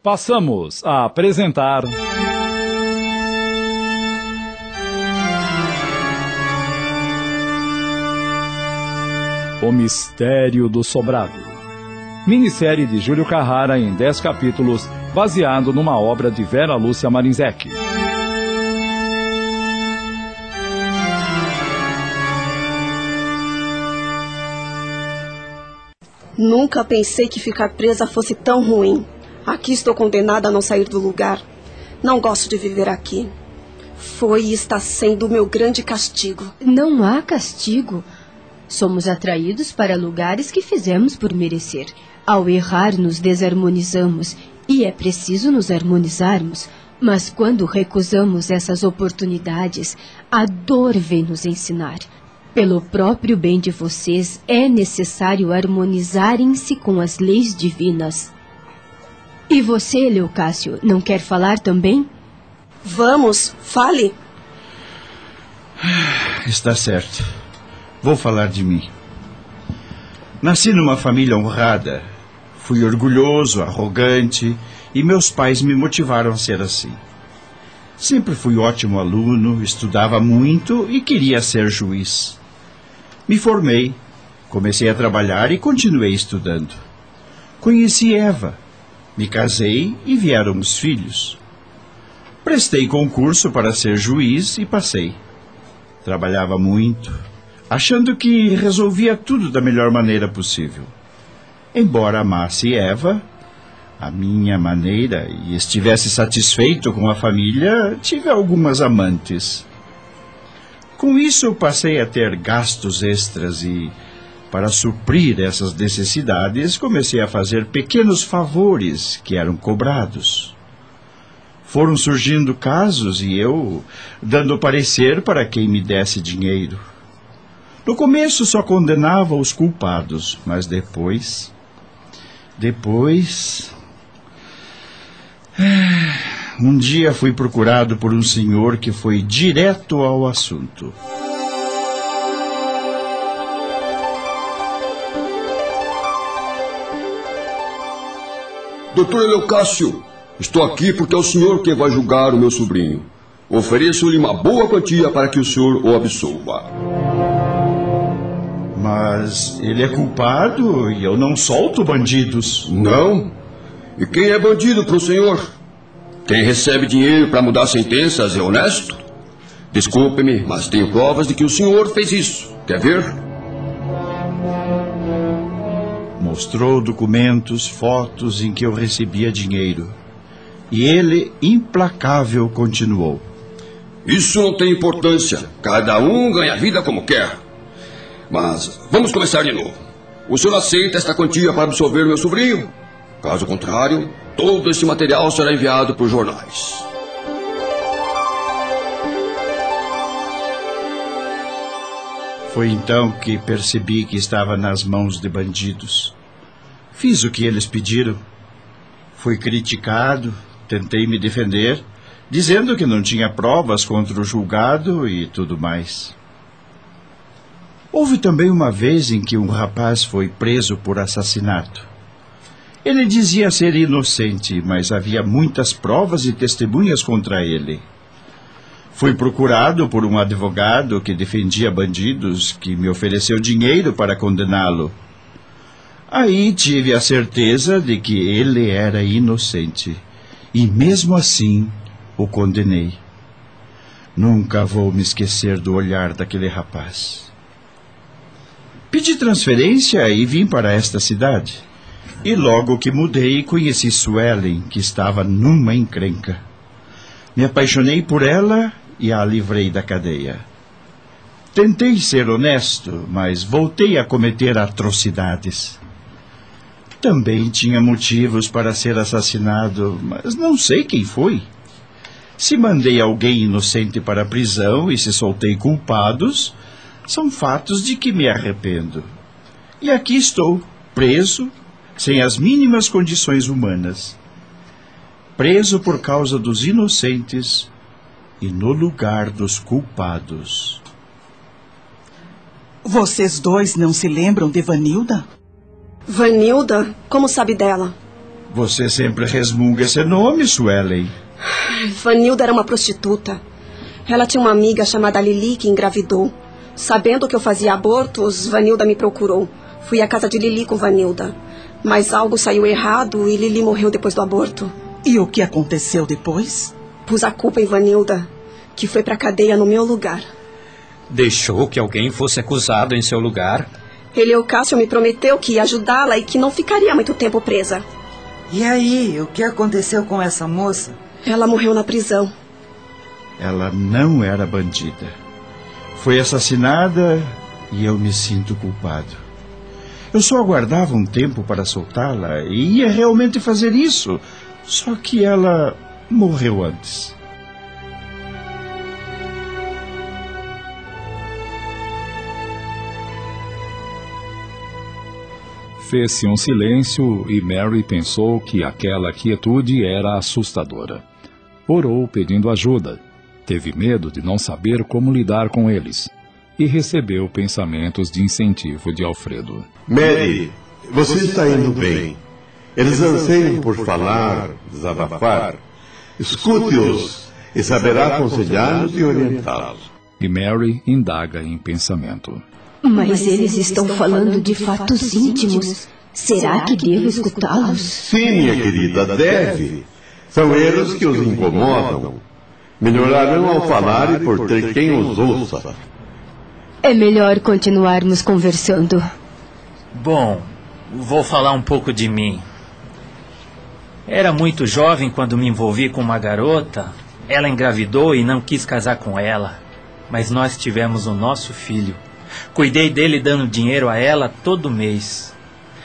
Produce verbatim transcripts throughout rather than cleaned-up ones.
Passamos a apresentar... O Mistério do Sobrado. Minissérie de Júlio Carrara em dez capítulos, baseado numa obra de Vera Lúcia Marinzec. Nunca pensei que ficar presa fosse tão ruim. Aqui estou condenada a não sair do lugar. Não gosto de viver aqui. Foi e está sendo o meu grande castigo. Não há castigo. Somos atraídos para lugares que fizemos por merecer. Ao errar, nos desarmonizamos. E é preciso nos harmonizarmos. Mas quando recusamos essas oportunidades, a dor vem nos ensinar. Pelo próprio bem de vocês, é necessário harmonizarem-se com as leis divinas. E você, Leucácio, não quer falar também? Vamos, fale. Está certo. Vou falar de mim. Nasci numa família honrada. Fui orgulhoso, arrogante, e meus pais me motivaram a ser assim. Sempre fui ótimo aluno, estudava muito e queria ser juiz. Me formei, comecei a trabalhar e continuei estudando. Conheci Eva, me casei e vieram os filhos. Prestei concurso para ser juiz e passei. Trabalhava muito, achando que resolvia tudo da melhor maneira possível. Embora amasse Eva, a minha maneira, e estivesse satisfeito com a família, tive algumas amantes. Com isso, eu passei a ter gastos extras e, para suprir essas necessidades, comecei a fazer pequenos favores que eram cobrados. Foram surgindo casos e eu dando parecer para quem me desse dinheiro. No começo só condenava os culpados, mas depois... Depois... Um dia fui procurado por um senhor que foi direto ao assunto. Doutor Leucácio, estou aqui porque é o senhor quem vai julgar o meu sobrinho. Ofereço-lhe uma boa quantia para que o senhor o absolva. Mas ele é culpado e eu não solto bandidos. Não? E quem é bandido para o senhor? Quem recebe dinheiro para mudar sentenças é honesto? Desculpe-me, mas tenho provas de que o senhor fez isso. Quer ver? Mostrou documentos, fotos em que eu recebia dinheiro. E ele, implacável, continuou. Isso não tem importância. Cada um ganha a vida como quer. Mas vamos começar de novo. O senhor aceita esta quantia para absolver meu sobrinho? Caso contrário, todo esse material será enviado por jornais. Foi então que percebi que estava nas mãos de bandidos. Fiz o que eles pediram. Fui criticado, tentei me defender, dizendo que não tinha provas contra o julgado e tudo mais. Houve também uma vez em que um rapaz foi preso por assassinato. Ele dizia ser inocente, mas havia muitas provas e testemunhas contra ele. Fui procurado por um advogado que defendia bandidos, que me ofereceu dinheiro para condená-lo. Aí tive a certeza de que ele era inocente, e mesmo assim o condenei. Nunca vou me esquecer do olhar daquele rapaz. Pedi transferência e vim para esta cidade. E logo que mudei, conheci Suelen, que estava numa encrenca. Me apaixonei por ela e a livrei da cadeia. Tentei ser honesto, mas voltei a cometer atrocidades. Também tinha motivos para ser assassinado, mas não sei quem foi. Se mandei alguém inocente para a prisão e se soltei culpados, são fatos de que me arrependo. E aqui estou, preso, sem as mínimas condições humanas. Preso por causa dos inocentes e no lugar dos culpados. Vocês dois não se lembram de Vanilda? Vanilda? Como sabe dela? Você sempre resmunga esse nome, Suelen. Vanilda era uma prostituta. Ela tinha uma amiga chamada Lili que engravidou. Sabendo que eu fazia abortos, Vanilda me procurou. Fui à casa de Lili com Vanilda. Mas algo saiu errado e Lili morreu depois do aborto. E o que aconteceu depois? Pus a culpa em Vanilda, que foi pra cadeia no meu lugar. Deixou que alguém fosse acusado em seu lugar? Eleucácio me prometeu que ia ajudá-la e que não ficaria muito tempo presa. E aí, o que aconteceu com essa moça? Ela morreu na prisão. Ela não era bandida. Foi assassinada e eu me sinto culpado. Eu só aguardava um tempo para soltá-la e ia realmente fazer isso. Só que ela morreu antes. Fez-se um silêncio e Mary pensou que aquela quietude era assustadora. Orou pedindo ajuda. Teve medo de não saber como lidar com eles. E recebeu pensamentos de incentivo de Alfredo. Mary, você está indo bem. Eles anseiam por falar, desabafar. Escute-os e saberá aconselhá-los e orientá-los. E Mary indaga em pensamento. Mas eles estão falando de fatos íntimos. Será que devo escutá-los? Sim, minha querida, deve. São eles que os incomodam. Melhorarão ao falar e por ter quem os ouça. É melhor continuarmos conversando. Bom, vou falar um pouco de mim. Era muito jovem quando me envolvi com uma garota. Ela engravidou e não quis casar com ela. Mas nós tivemos o nosso filho. Cuidei dele dando dinheiro a ela todo mês.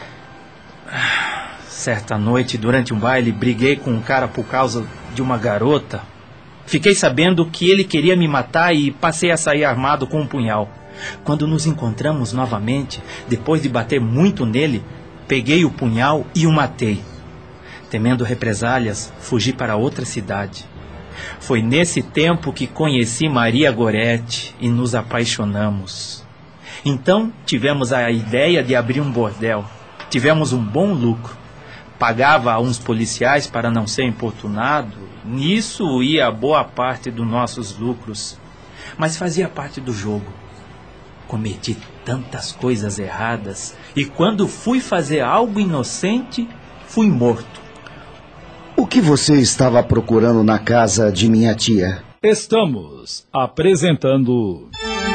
Certa noite, durante um baile, briguei com um cara por causa de uma garota. Fiquei sabendo que ele queria me matar e passei a sair armado com um punhal. Quando nos encontramos novamente, depois de bater muito nele, peguei o punhal e o matei. Temendo represálias, fugi para outra cidade. Foi nesse tempo que conheci Maria Goretti e nos apaixonamos. Então, tivemos a ideia de abrir um bordel. Tivemos um bom lucro. Pagava a uns policiais para não ser importunado. Nisso ia boa parte dos nossos lucros. Mas fazia parte do jogo. Cometi tantas coisas erradas. E quando fui fazer algo inocente, fui morto. O que você estava procurando na casa de minha tia? Estamos apresentando...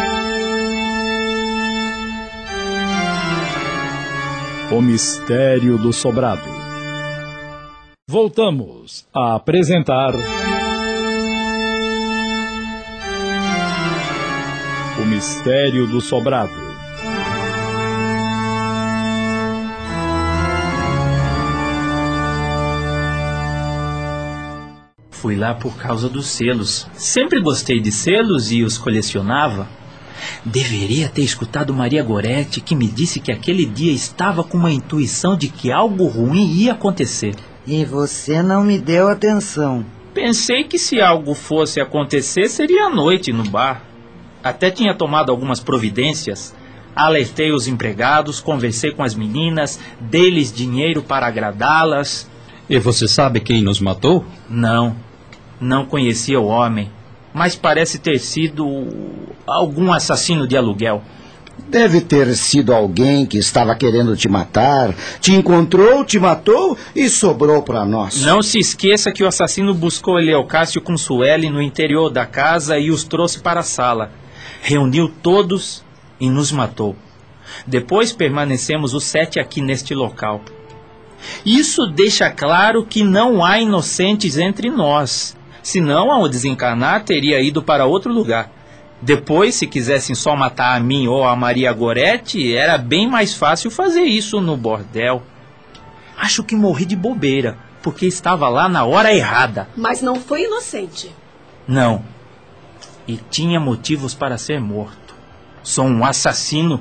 O Mistério do Sobrado. Voltamos a apresentar... O Mistério do Sobrado. Fui lá por causa dos selos. Sempre gostei de selos e os colecionava. Deveria ter escutado Maria Goretti, que me disse que aquele dia estava com uma intuição de que algo ruim ia acontecer. E você não me deu atenção. Pensei que se algo fosse acontecer, seria à noite no bar. Até tinha tomado algumas providências. Alertei os empregados, conversei com as meninas, dei-lhes dinheiro para agradá-las. E você sabe quem nos matou? Não, não conhecia o homem, mas parece ter sido algum assassino de aluguel. Deve ter sido alguém que estava querendo te matar, te encontrou, te matou e sobrou para nós. Não se esqueça que o assassino buscou Eleucácio com Suelen no interior da casa e os trouxe para a sala. Reuniu todos e nos matou. Depois permanecemos os sete aqui neste local. Isso deixa claro que não há inocentes entre nós. Senão, ao desencarnar, teria ido para outro lugar. Depois, se quisessem só matar a mim ou a Maria Goretti, era bem mais fácil fazer isso no bordel. Acho que morri de bobeira, porque estava lá na hora errada. Mas não foi inocente. Não. E tinha motivos para ser morto. Sou um assassino.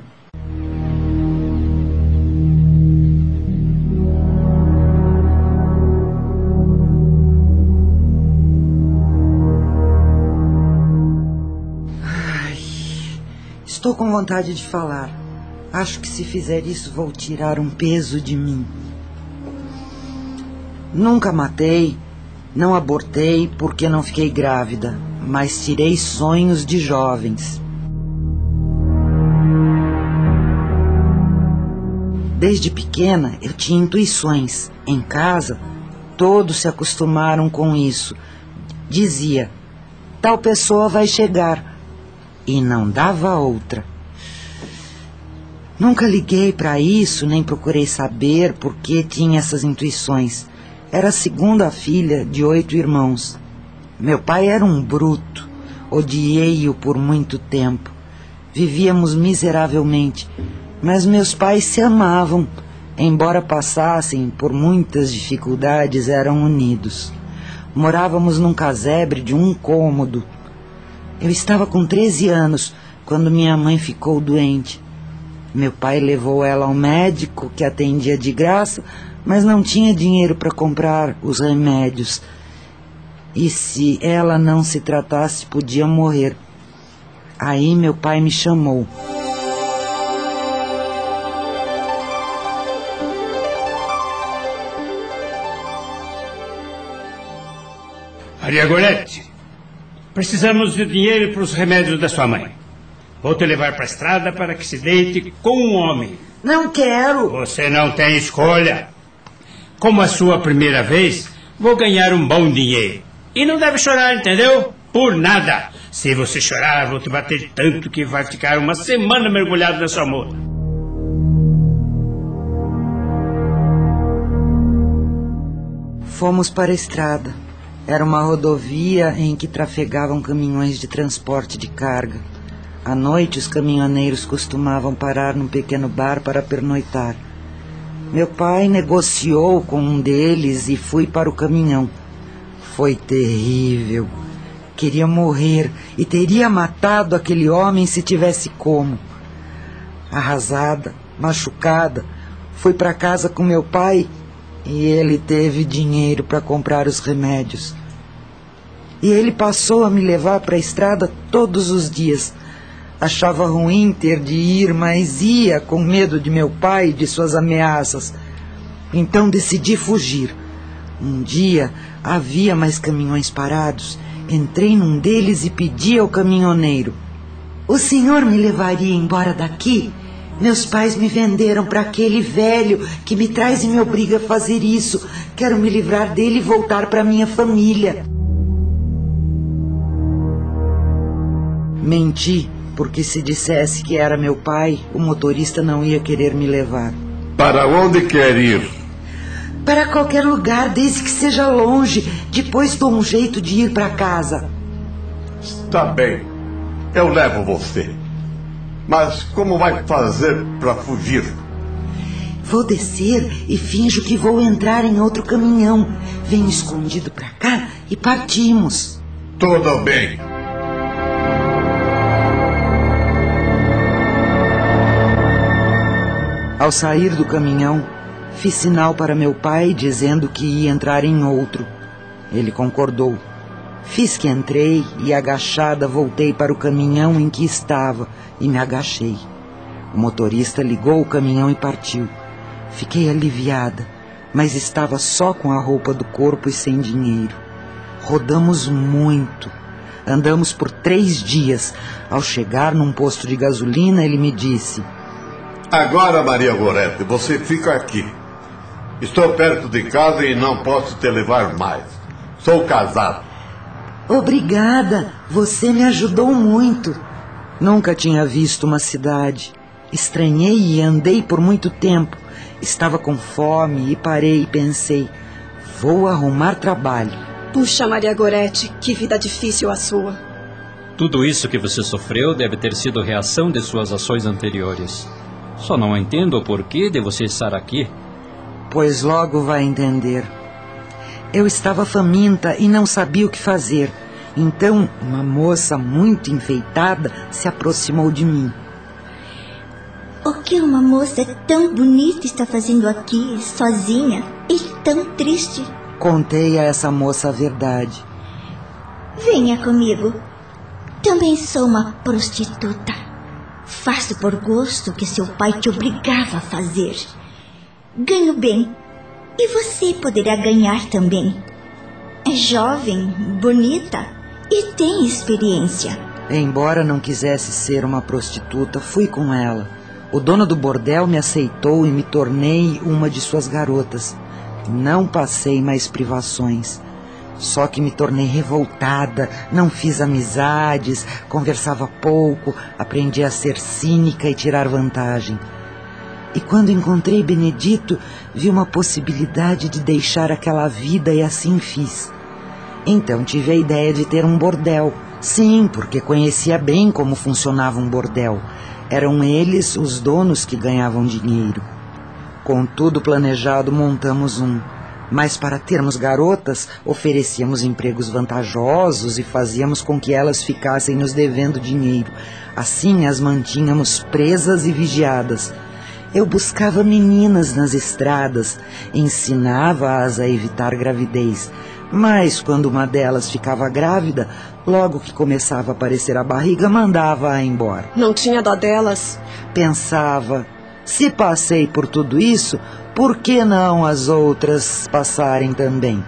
Estou com vontade de falar. Acho que se fizer isso vou tirar um peso de mim. Nunca matei, não abortei porque não fiquei grávida, mas tirei sonhos de jovens. Desde pequena eu tinha intuições. Em casa, todos se acostumaram com isso. Dizia, tal pessoa vai chegar. E não dava outra. Nunca liguei para isso, nem procurei saber por que tinha essas intuições. Era a segunda filha de oito irmãos. Meu pai era um bruto. Odiei-o por muito tempo. Vivíamos miseravelmente, mas meus pais se amavam. Embora passassem por muitas dificuldades, eram unidos. Morávamos num casebre de um cômodo. Eu estava com treze anos quando minha mãe ficou doente. Meu pai levou ela ao médico, que atendia de graça, mas não tinha dinheiro para comprar os remédios. E se ela não se tratasse, podia morrer. Aí meu pai me chamou. Maria Gorete, precisamos de dinheiro para os remédios da sua mãe. Vou te levar para a estrada para que se deite com um homem. Não quero. Você não tem escolha. Como a sua primeira vez, vou ganhar um bom dinheiro. E não deve chorar, entendeu? Por nada. Se você chorar, vou te bater tanto que vai ficar uma semana mergulhado na sua moda. Fomos para a estrada. Era uma rodovia em que trafegavam caminhões de transporte de carga. À noite, os caminhoneiros costumavam parar num pequeno bar para pernoitar. Meu pai negociou com um deles e fui para o caminhão. Foi terrível. Queria morrer e teria matado aquele homem se tivesse como. Arrasada, machucada, fui para casa com meu pai e ele teve dinheiro para comprar os remédios. E ele passou a me levar para a estrada todos os dias. Achava ruim ter de ir, mas ia com medo de meu pai e de suas ameaças. Então decidi fugir. Um dia havia mais caminhões parados. Entrei num deles e pedi ao caminhoneiro: o senhor me levaria embora daqui? Meus pais me venderam para aquele velho que me traz e me obriga a fazer isso. Quero me livrar dele e voltar para minha família. Menti, porque se dissesse que era meu pai, o motorista não ia querer me levar. Para onde quer ir? Para qualquer lugar, desde que seja longe. Depois dou um jeito de ir para casa. Está bem, eu levo você. Mas como vai fazer para fugir? Vou descer e finjo que vou entrar em outro caminhão. Venho escondido para cá e partimos. Tudo bem. Ao sair do caminhão, fiz sinal para meu pai dizendo que ia entrar em outro. Ele concordou. Fiz que entrei e, agachada, voltei para o caminhão em que estava e me agachei. O motorista ligou o caminhão e partiu. Fiquei aliviada, mas estava só com a roupa do corpo e sem dinheiro. Rodamos muito. Andamos por três dias. Ao chegar num posto de gasolina, ele me disse: agora, Maria Gorete, você fica aqui. Estou perto de casa e não posso te levar mais. Sou casado. Obrigada, você me ajudou muito. Nunca tinha visto uma cidade. Estranhei e andei por muito tempo. Estava com fome e parei e pensei: vou arrumar trabalho. Puxa, Maria Gorete, que vida difícil a sua. Tudo isso que você sofreu deve ter sido reação de suas ações anteriores. Só não entendo o porquê de você estar aqui. Pois logo vai entender. Eu estava faminta e não sabia o que fazer. Então, uma moça muito enfeitada se aproximou de mim. O que uma moça tão bonita está fazendo aqui, sozinha e tão triste? Contei a essa moça a verdade. Venha comigo. Também sou uma prostituta. Faço por gosto o que seu pai te obrigava a fazer. Ganho bem. E você poderá ganhar também. É jovem, bonita e tem experiência. Embora não quisesse ser uma prostituta, fui com ela. O dono do bordel me aceitou e me tornei uma de suas garotas. Não passei mais privações. Só que me tornei revoltada, não fiz amizades, conversava pouco, aprendi a ser cínica e tirar vantagem. E quando encontrei Benedito, vi uma possibilidade de deixar aquela vida e assim fiz. Então tive a ideia de ter um bordel. Sim, porque conhecia bem como funcionava um bordel. Eram eles os donos que ganhavam dinheiro. Com tudo planejado, montamos um. Mas para termos garotas, oferecíamos empregos vantajosos e fazíamos com que elas ficassem nos devendo dinheiro. Assim as mantínhamos presas e vigiadas. Eu buscava meninas nas estradas, ensinava-as a evitar gravidez. Mas quando uma delas ficava grávida, logo que começava a aparecer a barriga, mandava-a embora. Não tinha dó delas? Pensava, se passei por tudo isso, por que não as outras passarem também?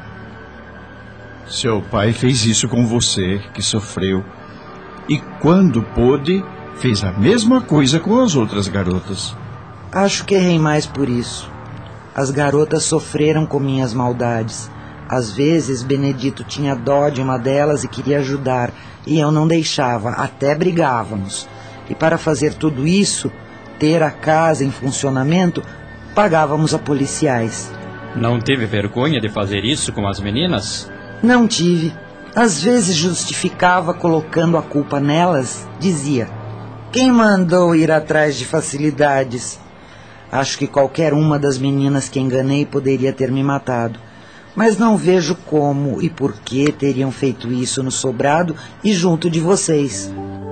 Seu pai fez isso com você, que sofreu. E quando pôde, fez a mesma coisa com as outras garotas. Acho que errei mais por isso. As garotas sofreram com minhas maldades. Às vezes, Benedito tinha dó de uma delas e queria ajudar, e eu não deixava, até brigávamos. E para fazer tudo isso, ter a casa em funcionamento, pagávamos a policiais. Não teve vergonha de fazer isso com as meninas? Não tive. Às vezes justificava colocando a culpa nelas, dizia: quem mandou ir atrás de facilidades? Acho que qualquer uma das meninas que enganei poderia ter me matado. Mas não vejo como e por que teriam feito isso no sobrado e junto de vocês.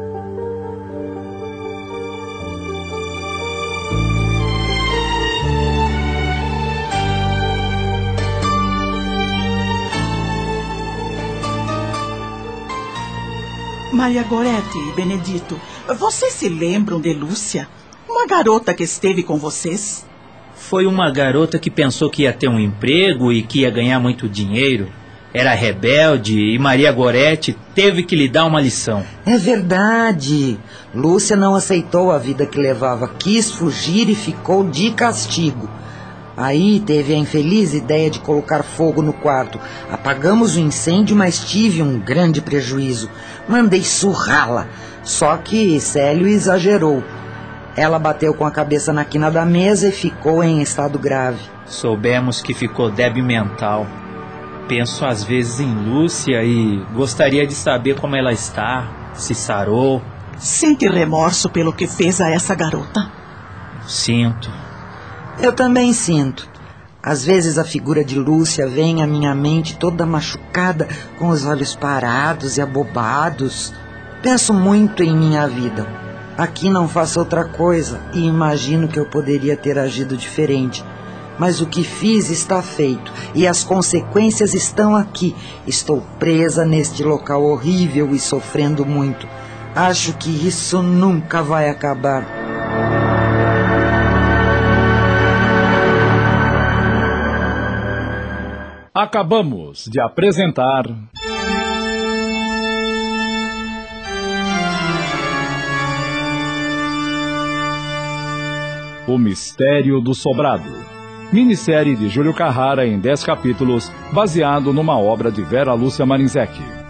Maria Gorete e Benedito, vocês se lembram de Lúcia? Uma garota que esteve com vocês? Foi uma garota que pensou que ia ter um emprego e que ia ganhar muito dinheiro. Era rebelde e Maria Gorete teve que lhe dar uma lição. É verdade. Lúcia não aceitou a vida que levava, quis fugir e ficou de castigo. Aí teve a infeliz ideia de colocar fogo no quarto. Apagamos o incêndio, mas tive um grande prejuízo. Mandei surrá-la, só que Célio exagerou. Ela bateu com a cabeça na quina da mesa e ficou em estado grave. Soubemos que ficou débil mental. Penso às vezes em Lúcia e gostaria de saber como ela está, se sarou. Sente remorso pelo que fez a essa garota? Sinto. Eu também sinto. Às vezes a figura de Lúcia vem à minha mente toda machucada, com os olhos parados e abobados. Penso muito em minha vida. Aqui não faço outra coisa e imagino que eu poderia ter agido diferente. Mas o que fiz está feito e as consequências estão aqui. Estou presa neste local horrível e sofrendo muito. Acho que isso nunca vai acabar. Acabamos de apresentar... O Mistério do Sobrado. Minissérie de Júlio Carrara em dez capítulos, baseado numa obra de Vera Lúcia Marinzec.